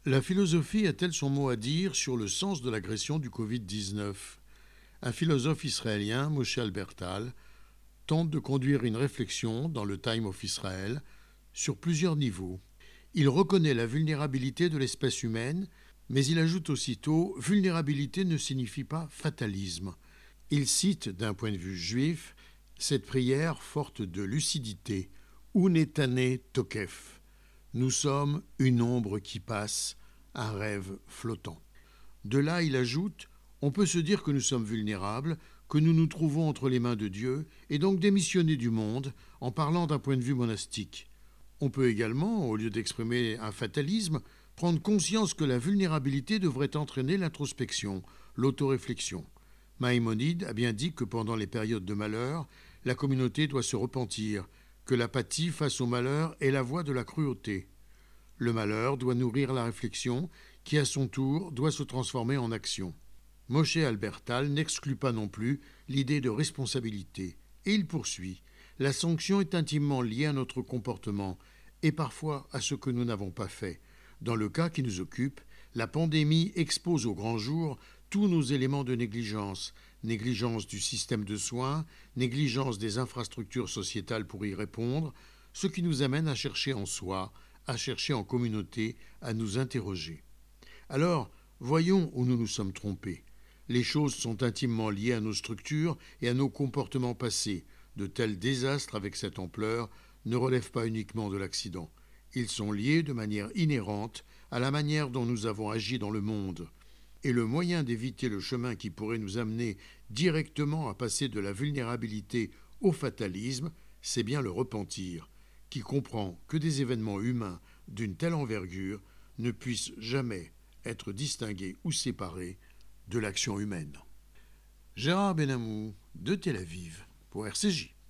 La philosophie a-t-elle son mot à dire sur le sens de l'agression du Covid-19 ? Un philosophe israélien, Moshe Albertal, tente de conduire une réflexion dans le Time of Israel sur plusieurs niveaux. Il reconnaît la vulnérabilité de l'espèce humaine, mais il ajoute aussitôt « vulnérabilité ne signifie pas fatalisme ». Il cite, d'un point de vue juif, cette prière forte de lucidité « Unetane Tokef ». Nous sommes une ombre qui passe, un rêve flottant. De là, il ajoute « On peut se dire que nous sommes vulnérables, que nous nous trouvons entre les mains de Dieu, et donc démissionner du monde en parlant d'un point de vue monastique. On peut également, au lieu d'exprimer un fatalisme, prendre conscience que la vulnérabilité devrait entraîner l'introspection, l'autoréflexion. Maïmonide a bien dit que pendant les périodes de malheur, la communauté doit se repentir, que l'apathie face au malheur est la voie de la cruauté. Le malheur doit nourrir la réflexion, qui à son tour doit se transformer en action. Moshe Albertal n'exclut pas non plus l'idée de responsabilité, et il poursuit. La sanction est intimement liée à notre comportement, et parfois à ce que nous n'avons pas fait. Dans le cas qui nous occupe, la pandémie expose au grand jour tous nos éléments de négligence, négligence du système de soins, négligence des infrastructures sociétales pour y répondre, ce qui nous amène à chercher en soi, à chercher en communauté, à nous interroger. Alors, voyons où nous nous sommes trompés. Les choses sont intimement liées à nos structures et à nos comportements passés. De tels désastres avec cette ampleur ne relèvent pas uniquement de l'accident. Ils sont liés de manière inhérente à la manière dont nous avons agi dans le monde. Et le moyen d'éviter le chemin qui pourrait nous amener directement à passer de la vulnérabilité au fatalisme, c'est bien le repentir, qui comprend que des événements humains d'une telle envergure ne puissent jamais être distingués ou séparés de l'action humaine. Gérard Benamou, de Tel Aviv, pour RCJ.